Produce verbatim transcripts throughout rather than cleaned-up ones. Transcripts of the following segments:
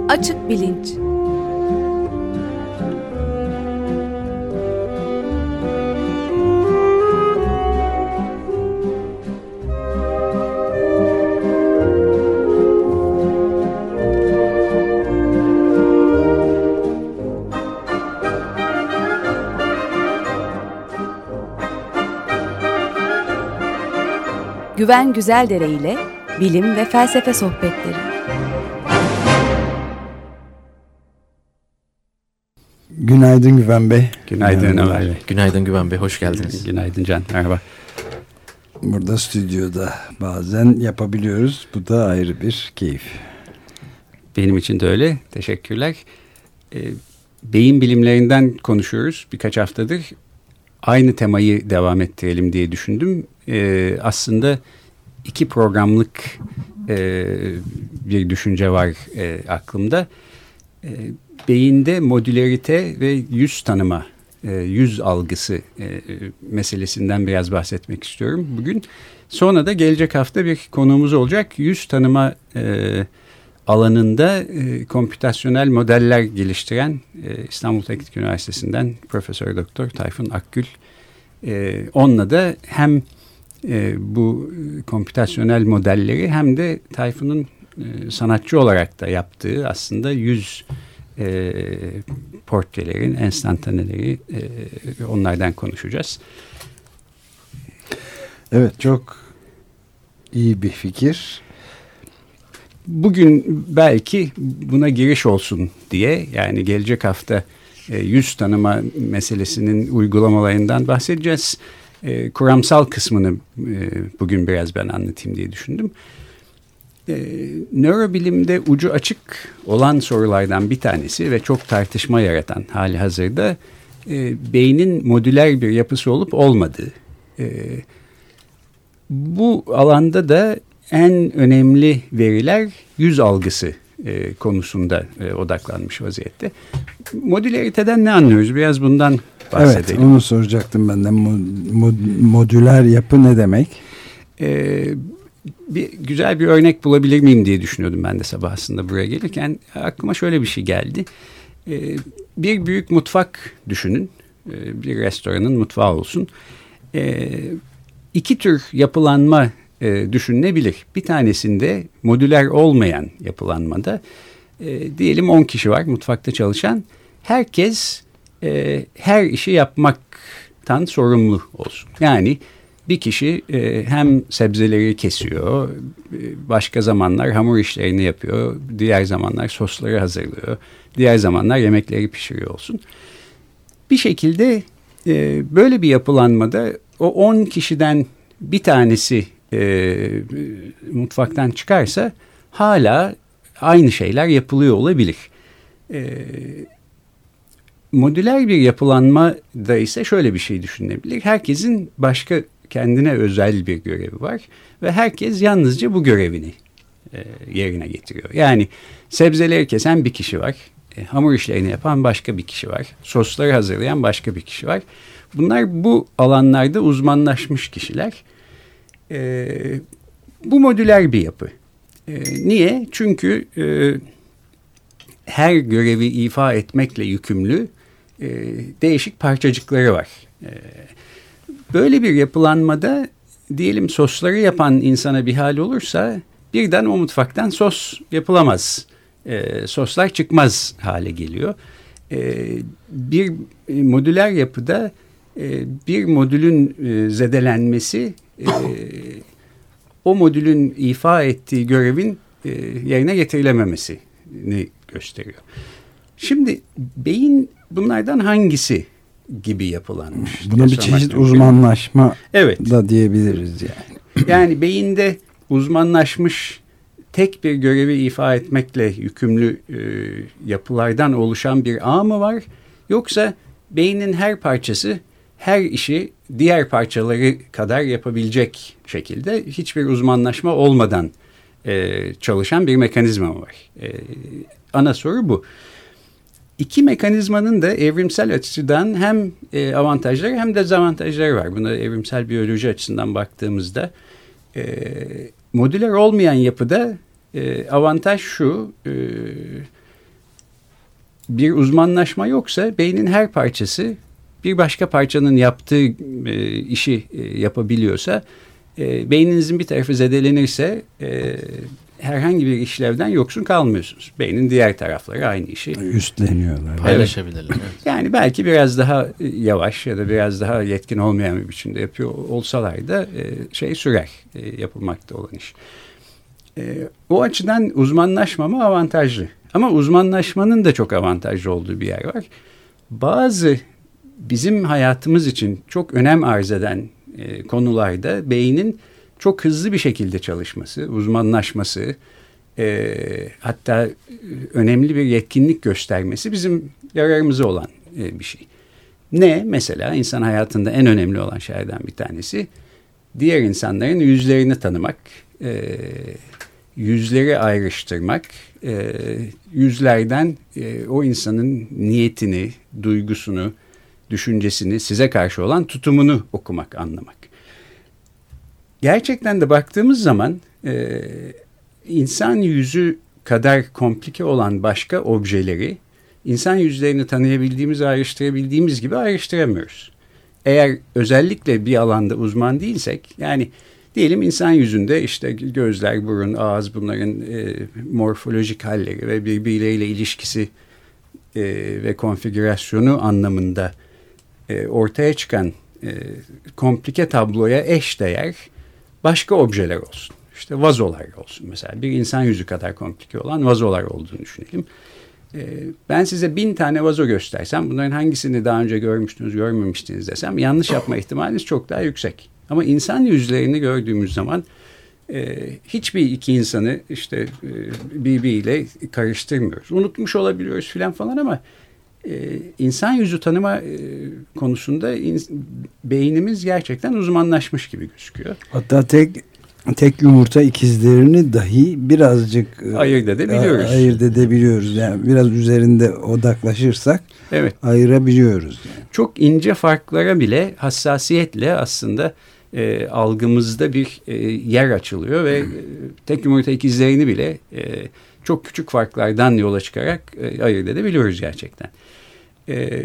Açık bilinç. Güven Güzeldere ile bilim ve felsefe sohbetleri. Günaydın Güven Bey. Günaydın Ömer Bey. Günaydın Güven Bey, hoş geldiniz. Günaydın Can, merhaba. Burada stüdyoda bazen yapabiliyoruz. Bu da ayrı bir keyif. Benim için de öyle. Teşekkürler. Ee, beyin bilimlerinden konuşuyoruz birkaç haftadır. Aynı temayı devam ettirelim diye düşündüm. Ee, aslında iki programlık e, bir düşünce var e, aklımda. E, beyinde modülerite ve yüz tanıma, e, yüz algısı e, meselesinden biraz bahsetmek istiyorum bugün. Sonra da gelecek hafta bir konuğumuz olacak. Yüz tanıma e, alanında e, kompütasyonel modeller geliştiren e, İstanbul Teknik Üniversitesi'nden Profesör Doktor Tayfun Akgül. E, onunla da hem e, bu kompütasyonel modelleri hem de Tayfun'un e, sanatçı olarak da yaptığı aslında yüz e, portrelerin, enstantaneleri e, onlardan konuşacağız. Evet, çok iyi bir fikir. Bugün belki buna giriş olsun diye, yani gelecek hafta e, yüz tanıma meselesinin uygulamalarından bahsedeceğiz. E, kuramsal kısmını e, bugün biraz ben anlatayım diye düşündüm. E, nörobilimde ucu açık olan sorulardan bir tanesi ve çok tartışma yaratan hali hazırda e, beynin modüler bir yapısı olup olmadığı. E, bu alanda da en önemli veriler yüz algısı e, konusunda e, odaklanmış vaziyette. Modülariteden ne anlıyoruz? Biraz bundan bahsedelim. Evet, onu soracaktım ben de. Mod, mod, modüler yapı ne demek? E, bir, güzel bir örnek bulabilir miyim diye düşünüyordum ben de sabah aslında buraya gelirken. Aklıma şöyle bir şey geldi. E, bir büyük mutfak düşünün. E, bir restoranın mutfağı olsun. E, iki tür yapılanma E, düşünülebilir. Bir tanesinde modüler olmayan yapılanmada e, diyelim on kişi var mutfakta çalışan. Herkes e, her işi yapmaktan sorumlu olsun. Yani bir kişi e, hem sebzeleri kesiyor, e, başka zamanlar hamur işlerini yapıyor, diğer zamanlar sosları hazırlıyor, diğer zamanlar yemekleri pişiriyor olsun. Bir şekilde e, böyle bir yapılanmada o on kişiden bir tanesi E, mutfaktan çıkarsa hala aynı şeyler yapılıyor olabilir. E, modüler bir yapılanmada ise şöyle bir şey düşünülebilir. Herkesin başka kendine özel bir görevi var ve herkes yalnızca bu görevini e, yerine getiriyor. Yani sebzeleri kesen bir kişi var, e, hamur işlerini yapan başka bir kişi var, sosları hazırlayan başka bir kişi var. Bunlar bu alanlarda uzmanlaşmış kişiler. Ee, bu modüler bir yapı. Ee, niye? Çünkü e, her görevi ifa etmekle yükümlü e, değişik parçacıkları var. E, böyle bir yapılanmada diyelim sosları yapan insana bir hal olursa birden o mutfaktan sos yapılamaz. E, soslar çıkmaz hale geliyor. E, bir modüler yapıda e, bir modülün e, zedelenmesi Ee, o modülün ifa ettiği görevin e, yerine getirilememesini gösteriyor. Şimdi beyin bunlardan hangisi gibi yapılanmış? Buna bir çeşit uzmanlaşma evet. da diyebiliriz yani. Yani beyinde uzmanlaşmış tek bir görevi ifa etmekle yükümlü e, yapılardan oluşan bir ağ mı var? Yoksa beynin her parçası her işi diğer parçaları kadar yapabilecek şekilde hiçbir uzmanlaşma olmadan e, çalışan bir mekanizma var. E, ana soru bu. İki mekanizmanın da evrimsel açıdan hem e, avantajları hem de dezavantajları var. Buna evrimsel biyoloji açısından baktığımızda e, modüler olmayan yapıda e, avantaj şu, e, bir uzmanlaşma yoksa beynin her parçası bir başka parçanın yaptığı e, işi e, yapabiliyorsa, e, beyninizin bir tarafı zedelenirse e, herhangi bir işlevden yoksun kalmıyorsunuz. Beynin diğer tarafları aynı işi üstleniyorlar. Paylaşabilirler. Evet. Yani belki biraz daha yavaş ya da biraz daha yetkin olmayan bir biçimde yapıyor olsalar da e, şey sürer e, yapılmakta olan iş. E, o açıdan uzmanlaşmama avantajlı. Ama uzmanlaşmanın da çok avantajlı olduğu bir yer var. Bazı bizim hayatımız için çok önem arz eden e, konularda beynin çok hızlı bir şekilde çalışması, uzmanlaşması, e, hatta önemli bir yetkinlik göstermesi bizim yararımıza olan e, bir şey. Ne? Mesela insan hayatında en önemli olan şeylerden bir tanesi diğer insanların yüzlerini tanımak, e, yüzleri ayrıştırmak, e, yüzlerden e, o insanın niyetini, duygusunu, düşüncesini, size karşı olan tutumunu okumak, anlamak. Gerçekten de baktığımız zaman e, insan yüzü kadar komplike olan başka objeleri insan yüzlerini tanıyabildiğimiz, ayrıştırabildiğimiz gibi ayrıştıramıyoruz. Eğer özellikle bir alanda uzman değilsek, yani diyelim insan yüzünde işte gözler, burun, ağız, bunların e, morfolojik halleri ve birbirleriyle ilişkisi e, ve konfigürasyonu anlamında e, ortaya çıkan e, komplike tabloya eşdeğer başka objeler olsun. İşte vazolar olsun mesela. Bir insan yüzü kadar komplike olan vazolar olduğunu düşünelim. E, ben size bin tane vazo göstersem, bunların hangisini daha önce görmüştünüz, görmemiştiniz desem, yanlış yapma ihtimaliniz çok daha yüksek. Ama insan yüzlerini gördüğümüz zaman e, hiçbir iki insanı işte e, birbiriyle karıştırmıyoruz. Unutmuş olabiliyoruz filan falan ama e, insan yüzü tanıma e, konusunda in, beynimiz gerçekten uzmanlaşmış gibi gözüküyor. Hatta tek tek yumurta ikizlerini dahi birazcık ayırt edebiliyoruz. Ayırt edebiliyoruz. Yani biraz üzerinde odaklaşırsak evet, ayırabiliyoruz. Yani. Çok ince farklara bile hassasiyetle aslında e, algımızda bir e, yer açılıyor ve e, tek yumurta ikizlerini bile e, çok küçük farklardan yola çıkarak e, ayırt edebiliyoruz gerçekten. E,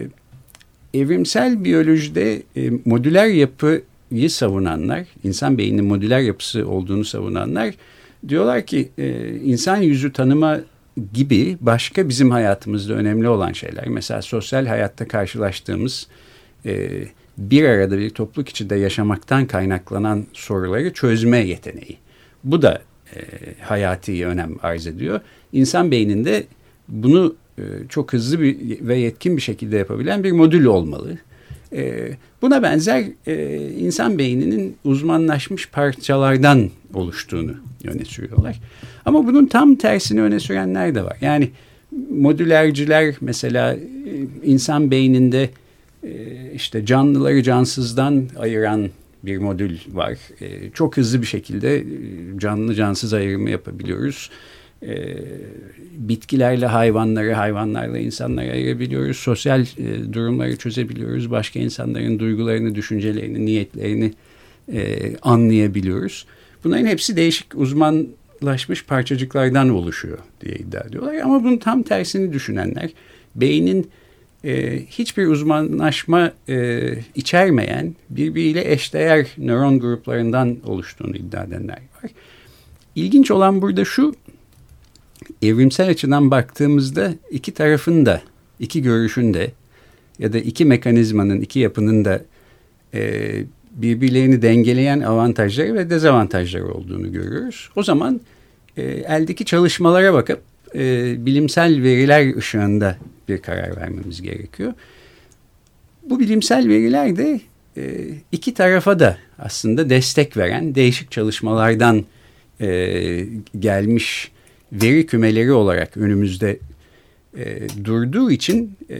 evrimsel biyolojide e, modüler yapıyı savunanlar, insan beyninin modüler yapısı olduğunu savunanlar diyorlar ki e, insan yüzü tanıma gibi başka bizim hayatımızda önemli olan şeyler, mesela sosyal hayatta karşılaştığımız e, bir arada bir topluluk içinde yaşamaktan kaynaklanan soruları çözme yeteneği. Bu da e, hayati önem arz ediyor. İnsan beyninde bunu e, çok hızlı bir ve yetkin bir şekilde yapabilen bir modül olmalı. E, buna benzer e, insan beyninin uzmanlaşmış parçalardan oluştuğunu öne sürüyorlar. Ama bunun tam tersini öne sürenler de var. Yani modülerciler mesela e, insan beyninde e, işte canlıları cansızdan ayıran bir modül var. E, çok hızlı bir şekilde e, canlı cansız ayrımı yapabiliyoruz. E, bitkilerle hayvanları, hayvanlarla insanları ayırabiliyoruz. Sosyal e, durumları çözebiliyoruz. Başka insanların duygularını, düşüncelerini, niyetlerini e, anlayabiliyoruz. Bunların hepsi değişik uzmanlaşmış parçacıklardan oluşuyor diye iddia ediyorlar. Ama bunun tam tersini düşünenler, beynin e, hiçbir uzmanlaşma e, içermeyen, birbiriyle eşdeğer nöron gruplarından oluştuğunu iddia edenler var. İlginç olan burada şu, evrimsel açıdan baktığımızda iki tarafın da, iki görüşün de ya da iki mekanizmanın, iki yapının da e, birbirlerini dengeleyen avantajları ve dezavantajları olduğunu görüyoruz. O zaman e, eldeki çalışmalara bakıp e, bilimsel veriler ışığında bir karar vermemiz gerekiyor. Bu bilimsel veriler de e, iki tarafa da aslında destek veren değişik çalışmalardan e, gelmiş veri kümeleri olarak önümüzde e, durduğu için e,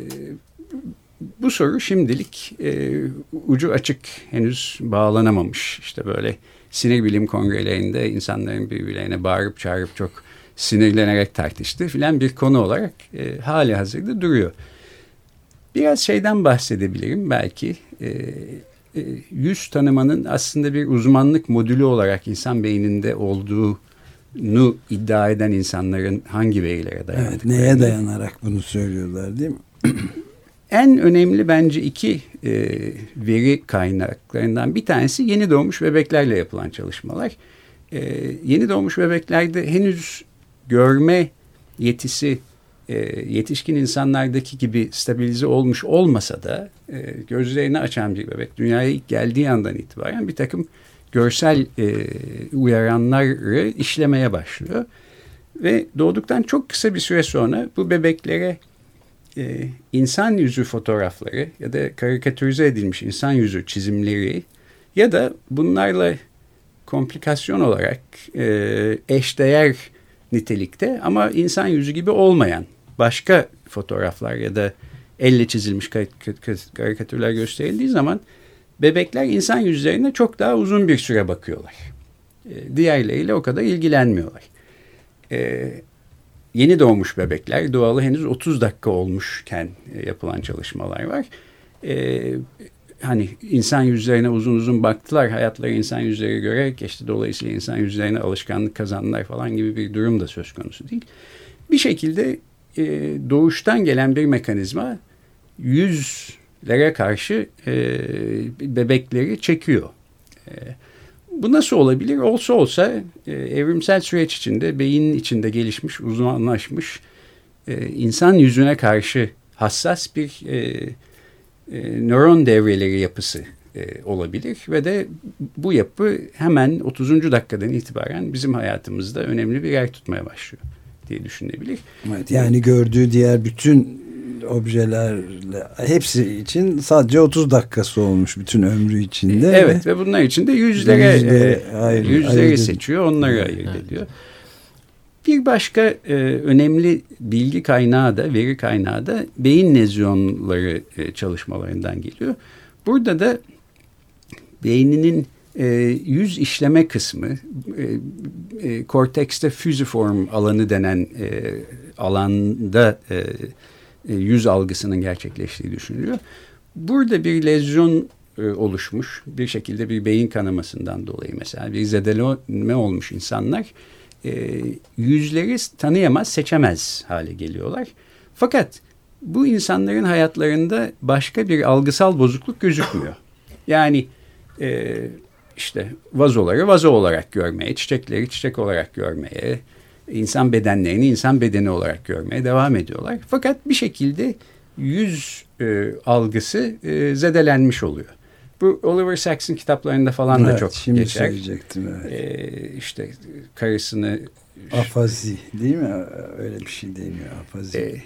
bu soru şimdilik e, ucu açık, henüz bağlanamamış. İşte böyle sinir bilim kongrelerinde insanların birbirlerine bağırıp çağırıp çok sinirlenerek tartıştığı filan bir konu olarak e, hali hazırda duruyor. Biraz şeyden bahsedebilirim belki. E, e, yüz tanımanın aslında bir uzmanlık modülü olarak insan beyninde olduğu nu iddia eden insanların hangi verilere dayandıklarını. Evet, neye dayanarak bunu söylüyorlar değil mi? En önemli bence iki e, veri kaynaklarından bir tanesi yeni doğmuş bebeklerle yapılan çalışmalar. E, yeni doğmuş bebeklerde henüz görme yetisi e, yetişkin insanlardaki gibi stabilize olmuş olmasa da e, gözlerini açan bir bebek dünyaya ilk geldiği andan itibaren bir takım görsel e, uyaranları işlemeye başlıyor. Ve doğduktan çok kısa bir süre sonra bu bebeklere e, insan yüzü fotoğrafları ya da karikatürize edilmiş insan yüzü çizimleri ya da bunlarla komplikasyon olarak e, eşdeğer nitelikte ama insan yüzü gibi olmayan başka fotoğraflar ya da elle çizilmiş karikatürler gösterildiği zaman bebekler insan yüzlerine çok daha uzun bir süre bakıyorlar. E, diğerleriyle o kadar ilgilenmiyorlar. E, yeni doğmuş bebekler doğalı henüz otuz dakika olmuşken e, yapılan çalışmalar var. E, hani insan yüzlerine uzun uzun baktılar. Hayatları insan yüzleri görerek geçti. Dolayısıyla insan yüzlerine alışkanlık kazandılar falan gibi bir durum da söz konusu değil. Bir şekilde e, doğuştan gelen bir mekanizma yüzlere karşı e, bebekleri çekiyor. E, bu nasıl olabilir? Olsa olsa e, evrimsel süreç içinde beynin içinde gelişmiş, uzmanlaşmış e, insan yüzüne karşı hassas bir e, e, nöron devreleri yapısı e, olabilir ve de bu yapı hemen otuzuncu dakikadan itibaren bizim hayatımızda önemli bir yer tutmaya başlıyor diye düşünülebilir. Evet, yani gördüğü diğer bütün objelerle hepsi için sadece otuz dakikası olmuş bütün ömrü içinde. Evet ve, ve bunlar için de yüzlere, yüzleri, e, ayır, yüzleri ayır seçiyor, onları evet, ayırt evet. ediyor. Bir başka e, önemli bilgi kaynağı da, veri kaynağı da beyin lezyonları e, çalışmalarından geliyor. Burada da beyninin e, yüz işleme kısmı, e, e, kortekste füziform alanı denen e, alanda e, e, yüz algısının gerçekleştiği düşünülüyor. Burada bir lezyon e, oluşmuş, bir şekilde bir beyin kanamasından dolayı mesela bir zedeleme olmuş insanlar e, yüzleri tanıyamaz, seçemez hale geliyorlar. Fakat bu insanların hayatlarında başka bir algısal bozukluk gözükmüyor. Yani e, işte vazoları vazo olarak görmeye, çiçekleri çiçek olarak görmeye, insan bedenlerini insan bedeni olarak görmeye devam ediyorlar. Fakat bir şekilde yüz e, algısı e, zedelenmiş oluyor. Bu Oliver Sacks'in kitaplarında falan evet, da çok şimdi geçer. Söyleyecektim, evet. E, işte karısını... Afazi değil mi? Öyle bir şey deniyor, afazi. E,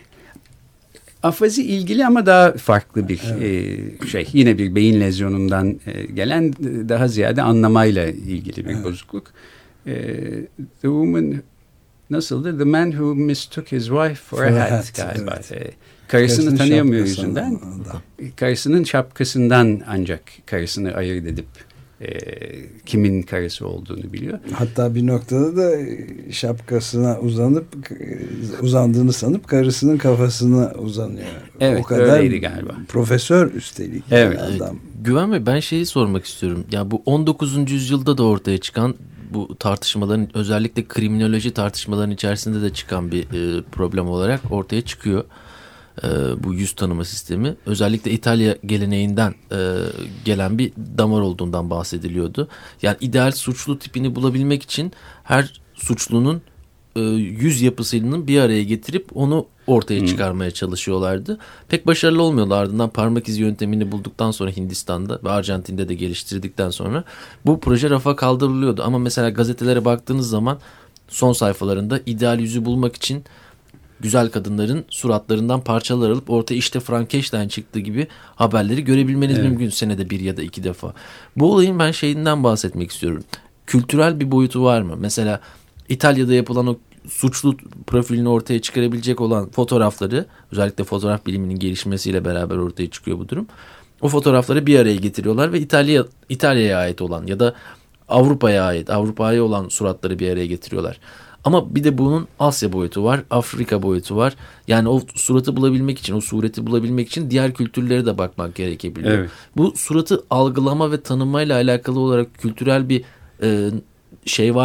afazi ilgili ama daha farklı bir evet. e, şey. Yine bir beyin lezyonundan e, gelen daha ziyade anlamayla ilgili bir evet. bozukluk. E, the woman... Nasıldı? The man who mistook his wife for, for a hat, hat galiba. Evet. Karısını, Karısını tanıyamıyor yüzünden. Karısının şapkasından ancak karısını ayırt edip e, kimin karısı olduğunu biliyor. Hatta bir noktada da şapkasına uzanıp uzandığını sanıp karısının kafasına uzanıyor. Evet, o kadar öyleydi galiba. Profesör üstelik. Evet. Adam. Güven Bey, ben şeyi sormak istiyorum. Ya bu on dokuzuncu yüzyılda da ortaya çıkan bu tartışmaların, özellikle kriminoloji tartışmalarının içerisinde de çıkan bir e, problem olarak ortaya çıkıyor. E, bu yüz tanıma sistemi. Özellikle İtalya geleneğinden e, gelen bir damar olduğundan bahsediliyordu. Yani ideal suçlu tipini bulabilmek için her suçlunun e, yüz yapısının bir araya getirip onu ortaya hmm. çıkarmaya çalışıyorlardı. Pek başarılı olmuyordu. Ardından parmak izi yöntemini bulduktan sonra Hindistan'da ve Arjantin'de de geliştirdikten sonra bu proje rafa kaldırılıyordu. Ama mesela gazetelere baktığınız zaman son sayfalarında ideal yüzü bulmak için güzel kadınların suratlarından parçalar alıp ortaya işte Frankenstein çıktı gibi haberleri görebilmeniz evet. mümkün senede bir ya da iki defa. Bu olayın ben şeyinden bahsetmek istiyorum. Kültürel bir boyutu var mı? Mesela İtalya'da yapılan o suçlu profilini ortaya çıkarabilecek olan fotoğrafları, özellikle fotoğraf biliminin gelişmesiyle beraber ortaya çıkıyor bu durum. O fotoğrafları bir araya getiriyorlar ve İtalya İtalya'ya ait olan ya da Avrupa'ya ait, Avrupa'ya olan suratları bir araya getiriyorlar. Ama bir de bunun Asya boyutu var, Afrika boyutu var. Yani o suratı bulabilmek için, o sureti bulabilmek için diğer kültürlere de bakmak gerekebiliyor. Evet. Bu suratı algılama ve tanımayla alakalı olarak kültürel bir e, şey var mı?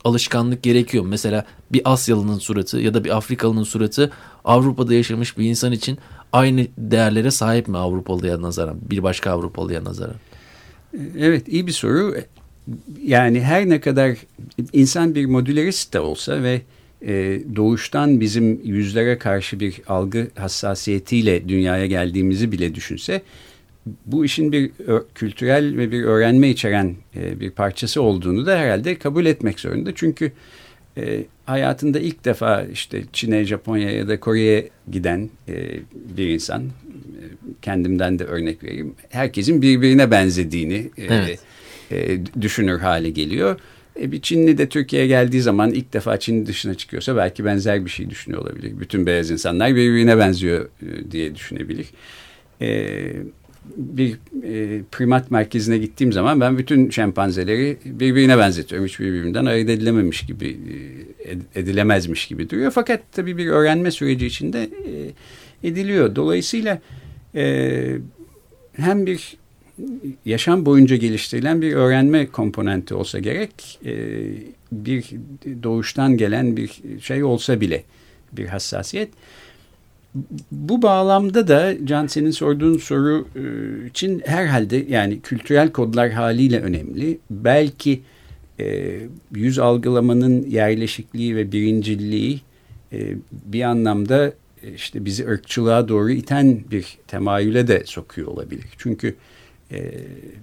alışkanlık gerekiyor. Mesela bir Asyalı'nın suratı ya da bir Afrikalı'nın suratı Avrupa'da yaşamış bir insan için aynı değerlere sahip mi Avrupalı'ya nazaran, bir başka Avrupalı'ya nazaran? Evet, iyi bir soru. Yani her ne kadar insan bir modülerist de olsa ve e, doğuştan bizim yüzlere karşı bir algı hassasiyetiyle dünyaya geldiğimizi bile düşünse, bu işin bir ö- kültürel ve bir öğrenme içeren e, bir parçası olduğunu da herhalde kabul etmek zorunda. Çünkü e, hayatında ilk defa işte Çin'e, Japonya'ya ya da Kore'ye giden e, bir insan, e, kendimden de örnek vereyim, herkesin birbirine benzediğini e, evet. e, düşünür hale geliyor. E, bir Çinli de Türkiye'ye geldiği zaman ilk defa Çin dışına çıkıyorsa belki benzer bir şey düşünüyor olabilir. Bütün beyaz insanlar birbirine benziyor e, diye düşünebilir. Evet. Bir e, primat merkezine gittiğim zaman ben bütün şempanzeleri birbirine benzetiyorum. Hiç birbirinden ayırt edilememiş gibi, e, edilemezmiş gibi duruyor. Fakat tabii bir öğrenme süreci içinde e, ediliyor. Dolayısıyla e, hem bir yaşam boyunca geliştirilen bir öğrenme komponenti olsa gerek, e, bir doğuştan gelen bir şey olsa bile bir hassasiyet. Bu bağlamda da Can, senin sorduğun soru için herhalde yani kültürel kodlar haliyle önemli. Belki e, yüz algılamanın yerleşikliği ve birincilliği e, bir anlamda işte bizi ırkçılığa doğru iten bir temayüle de sokuyor olabilir. Çünkü e,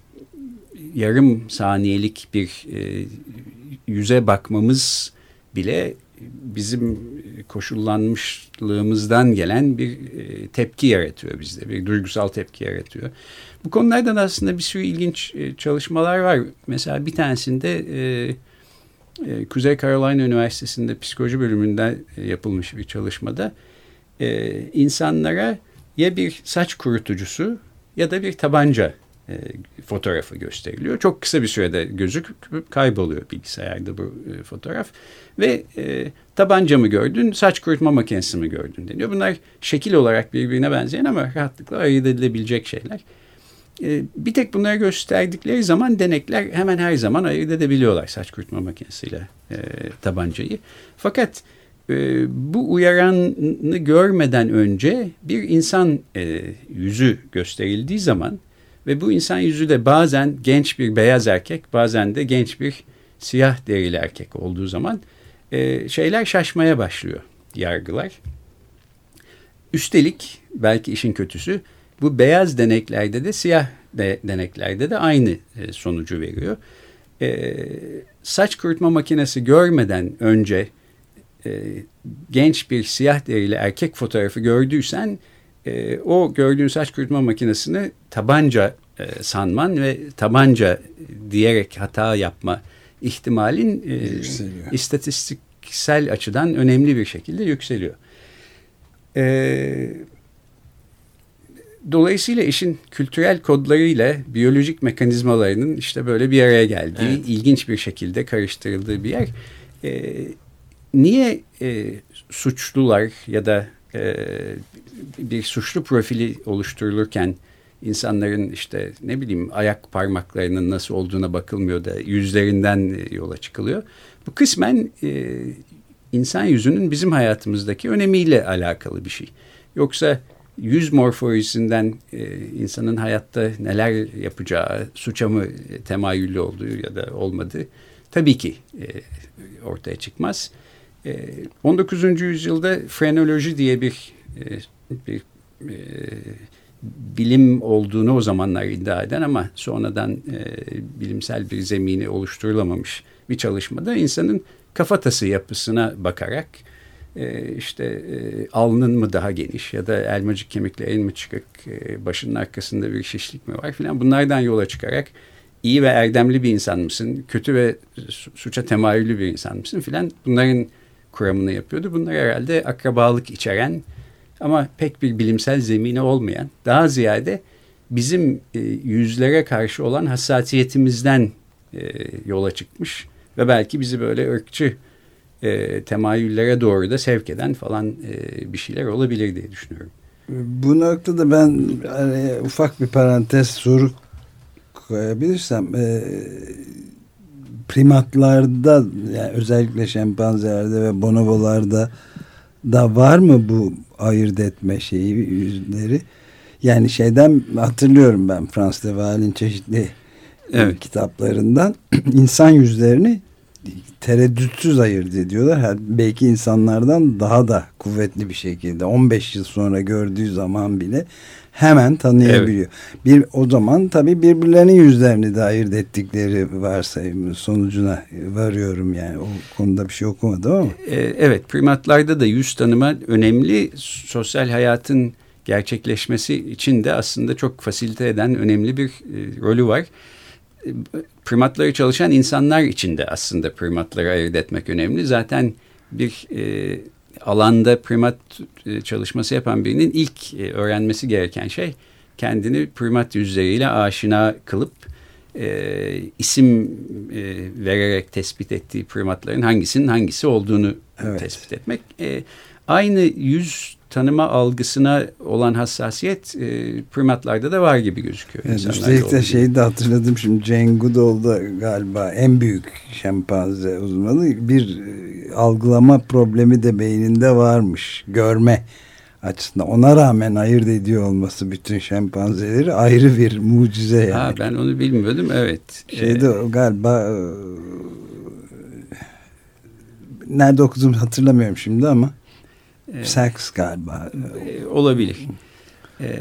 yarım saniyelik bir e, yüze bakmamız bile bizim koşullanmışlığımızdan gelen bir e, tepki yaratıyor bizde. Bir duygusal tepki yaratıyor. Bu konulardan aslında bir sürü ilginç e, çalışmalar var. Mesela bir tanesinde e, e, Kuzey Carolina Üniversitesi'nde psikoloji bölümünde e, yapılmış bir çalışmada e, insanlara ya bir saç kurutucusu ya da bir tabanca e, fotoğrafı gösteriliyor. Çok kısa bir sürede gözüküp kayboluyor bilgisayarda bu e, fotoğraf. Ve e, tabanca mı gördün, saç kurutma makinesi mi gördün deniyor. Bunlar şekil olarak birbirine benzeyen ama rahatlıkla ayırt edilebilecek şeyler. E, bir tek bunları gösterdikleri zaman denekler hemen her zaman ayırt edebiliyorlar saç kurutma makinesiyle e, tabancayı. Fakat e, bu uyaranı görmeden önce bir insan e, yüzü gösterildiği zaman ve bu insan yüzü de bazen genç bir beyaz erkek, bazen de genç bir siyah derili erkek olduğu zaman e, şeyler şaşmaya başlıyor, yargılar. Üstelik belki işin kötüsü bu beyaz deneklerde de siyah de, deneklerde de aynı e, sonucu veriyor. E, saç kurutma makinesi görmeden önce e, genç bir siyah derili erkek fotoğrafı gördüysen e, o gördüğün saç kurutma makinesini tabanca e, sanman ve tabanca diyerek hata yapma ihtimalin e, istatistiksel açıdan önemli bir şekilde yükseliyor. E, dolayısıyla işin kültürel kodlarıyla biyolojik mekanizmalarının işte böyle bir araya geldiği, evet. ilginç bir şekilde karıştırıldığı bir yer. E, niye e, suçlular ya da e, bir suçlu profili oluşturulurken İnsanların işte ne bileyim ayak parmaklarının nasıl olduğuna bakılmıyor da yüzlerinden yola çıkılıyor. Bu kısmen e, insan yüzünün bizim hayatımızdaki önemiyle alakalı bir şey. Yoksa yüz morfolojisinden e, insanın hayatta neler yapacağı, suça mı temayüllü olduğu ya da olmadığı tabii ki e, ortaya çıkmaz. E, on dokuzuncu yüzyılda frenoloji diye bir, e, bir e, bilim olduğunu o zamanlar iddia eden ama sonradan e, bilimsel bir zemini oluşturulamamış bir çalışmada insanın kafatası yapısına bakarak e, işte e, alnın mı daha geniş ya da elmacık kemiklerin mi çıkık, e, başının arkasında bir şişlik mi var filan, bunlardan yola çıkarak iyi ve erdemli bir insan mısın, kötü ve suça temayüllü bir insan mısın filan, bunların kuramını yapıyordu. Bunlar herhalde akrabalık içeren ama pek bir bilimsel zemini olmayan, daha ziyade bizim e, yüzlere karşı olan hassasiyetimizden e, yola çıkmış ve belki bizi böyle ırkçı e, temayüllere doğru da sevk eden falan e, bir şeyler olabilir diye düşünüyorum. Bu noktada ben hani, ufak bir parantez soru koyabilirsem, e, primatlarda, yani özellikle şempanzelerde ve bonobolarda da var mı bu ayırt etme şeyi, yüzleri? Yani şeyden hatırlıyorum ben, Frans de Waal'in çeşitli evet. kitaplarından insan yüzlerini tereddütsüz ayırt ediyorlar. Belki insanlardan daha da kuvvetli bir şekilde on beş yıl sonra gördüğü zaman bile hemen tanıyabiliyor. Evet. Bir o zaman tabii birbirlerinin yüzlerini de ayırt ettikleri varsayım sonucuna varıyorum yani. O konuda bir şey okumadım ama. Evet, primatlarda da yüz tanıma önemli. Sosyal hayatın gerçekleşmesi için de aslında çok fasilite eden önemli bir e, rolü var. Primatları çalışan insanlar için de aslında primatları ayırt etmek önemli. Zaten bir e, alanda primat e, çalışması yapan birinin ilk e, öğrenmesi gereken şey kendini primat yüzleriyle aşina kılıp e, isim e, vererek tespit ettiği primatların hangisinin hangisi olduğunu evet. tespit etmek. E, aynı yüz tanıma algısına olan hassasiyet e, primatlarda da var gibi gözüküyor. Evet, üstelik de şeyi de hatırladım şimdi, Jane Goodall da galiba en büyük şempanze uzmanı, bir e, algılama problemi de beyninde varmış, görme açısından. Ona rağmen ayırt ediyor olması bütün şempanzeleri ayrı bir mucize yani. Ha, ben onu bilmiyordum, evet. Şeyde ee, galiba e, nerede okudum hatırlamıyorum şimdi ama Ee, Saks galiba. E, olabilir. E,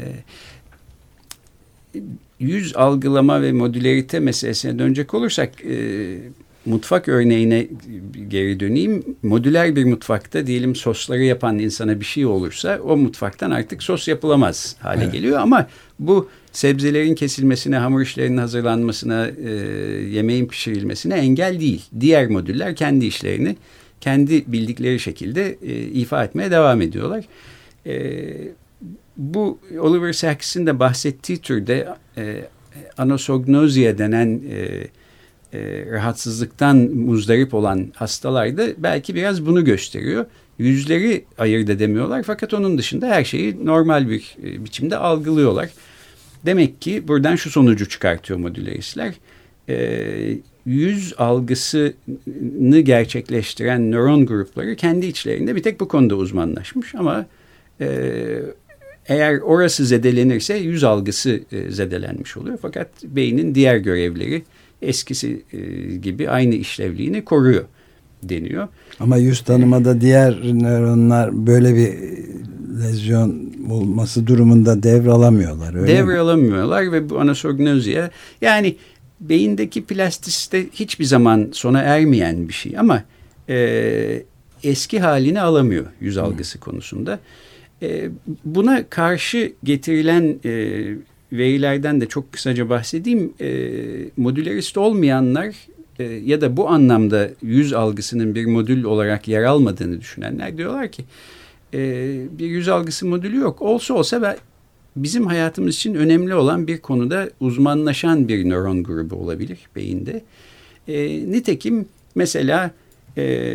yüz algılama ve modülerite meselesine dönecek olursak e, mutfak örneğine geri döneyim. Modüler bir mutfakta diyelim sosları yapan insana bir şey olursa o mutfaktan artık sos yapılamaz hale evet. geliyor. Ama bu sebzelerin kesilmesine, hamur işlerinin hazırlanmasına, e, yemeğin pişirilmesine engel değil. Diğer modüller kendi işlerini kendi bildikleri şekilde e, ifa etmeye devam ediyorlar. E, bu Oliver Sacks'in de bahsettiği türde e, anosognosia denen e, e, rahatsızlıktan muzdarip olan hastalarda belki biraz bunu gösteriyor. Yüzleri ayırt edemiyorlar fakat onun dışında her şeyi normal bir e, biçimde algılıyorlar. Demek ki buradan şu sonucu çıkartıyor modüleristler. E, yüz algısını gerçekleştiren nöron grupları kendi içlerinde bir tek bu konuda uzmanlaşmış ama e, eğer orası zedelenirse yüz algısı e, zedelenmiş oluyor. Fakat beynin diğer görevleri eskisi e, gibi aynı işlevliğini koruyor deniyor. Ama yüz tanımada diğer nöronlar böyle bir lezyon olması durumunda devralamıyorlar. Öyle devralamıyorlar mi? Ve bu anosognosia yani beyindeki plastisite hiçbir zaman sona ermeyen bir şey ama e, eski halini alamıyor yüz algısı hmm. konusunda. E, buna karşı getirilen e, verilerden de çok kısaca bahsedeyim. E, modülerist olmayanlar e, ya da bu anlamda yüz algısının bir modül olarak yer almadığını düşünenler diyorlar ki e, bir yüz algısı modülü yok. Olsa olsa ben bizim hayatımız için önemli olan bir konuda uzmanlaşan bir nöron grubu olabilir beyinde. E, nitekim mesela e,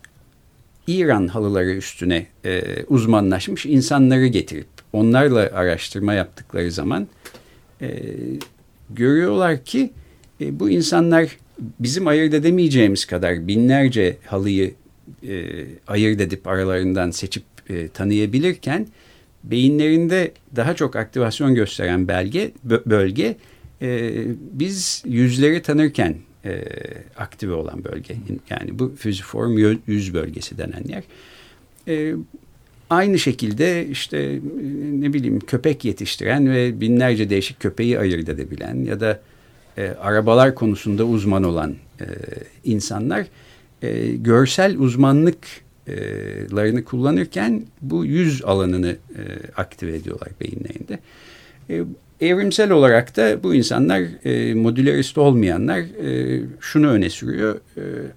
İran halıları üstüne e, uzmanlaşmış insanları getirip onlarla araştırma yaptıkları zaman e, görüyorlar ki e, bu insanlar bizim ayırt edemeyeceğimiz kadar binlerce halıyı e, ayırt edip aralarından seçip e, tanıyabilirken beyinlerinde daha çok aktivasyon gösteren belge, bölge e, biz yüzleri tanırken e, aktive olan bölge. Yani bu füziform yüz bölgesi denen yer. E, aynı şekilde işte ne bileyim köpek yetiştiren ve binlerce değişik köpeği ayırt edebilen ya da e, arabalar konusunda uzman olan e, insanlar e, görsel uzmanlık larını kullanırken bu yüz alanını e, aktive ediyorlar beyinlerinde. E, evrimsel olarak da bu insanlar e, modülerist olmayanlar e, şunu öne sürüyor. E,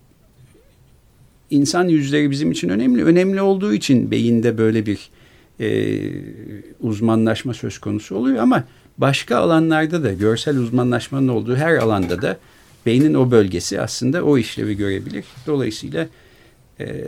insan yüzleri bizim için önemli. Önemli olduğu için beyinde böyle bir e, uzmanlaşma söz konusu oluyor ama başka alanlarda da görsel uzmanlaşmanın olduğu her alanda da beynin o bölgesi aslında o işlevi görebilir. Dolayısıyla Ee,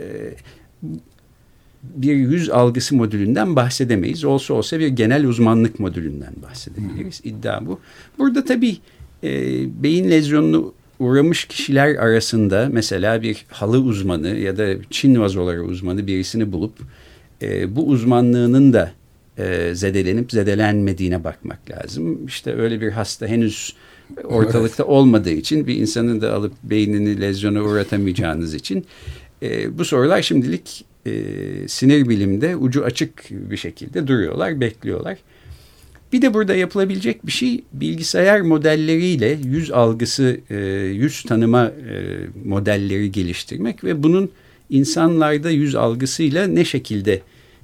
bir yüz algısı modülünden bahsedemeyiz. Olsa olsa bir genel uzmanlık modülünden bahsedebiliriz. İddia bu. Burada tabii e, beyin lezyonunu uğramış kişiler arasında mesela bir halı uzmanı ya da Çin vazoları uzmanı birisini bulup e, bu uzmanlığının da e, zedelenip zedelenmediğine bakmak lazım. İşte öyle bir hasta henüz ortalıkta evet. olmadığı için, bir insanın da alıp beynini lezyona uğratamayacağınız için e, bu sorular şimdilik e, sinir bilimde ucu açık bir şekilde duruyorlar, bekliyorlar. Bir de burada yapılabilecek bir şey, bilgisayar modelleriyle yüz algısı, yüz tanıma modelleri geliştirmek ve bunun insanlarda yüz algısıyla ne şekilde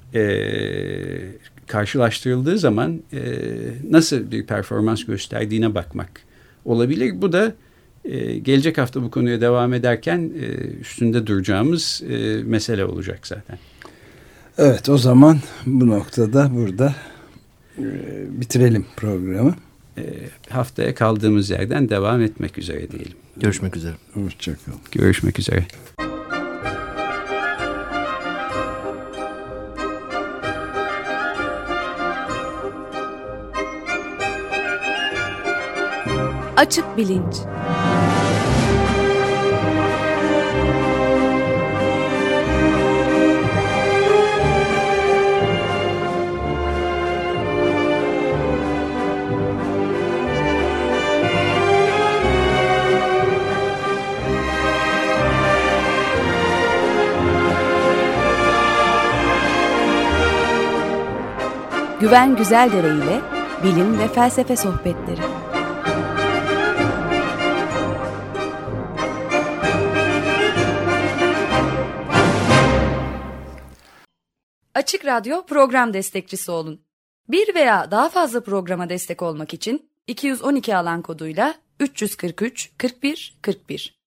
karşılaştırıldığı zaman nasıl bir performans gösterdiğine bakmak olabilir. Bu da gelecek hafta bu konuya devam ederken üstünde duracağımız mesele olacak zaten. Evet, o zaman bu noktada burada bitirelim programı. E, haftaya kaldığımız yerden devam etmek üzere diyelim. Görüşmek üzere. Hoşçakalın. Görüşmek üzere. Açık Bilinç. Güven Güzeldere ile bilim ve felsefe sohbetleri. Açık Radyo program destekçisi olun. Bir veya daha fazla programa destek olmak için iki yüz on iki alan koduyla üç yüz kırk üç kırk bir kırk bir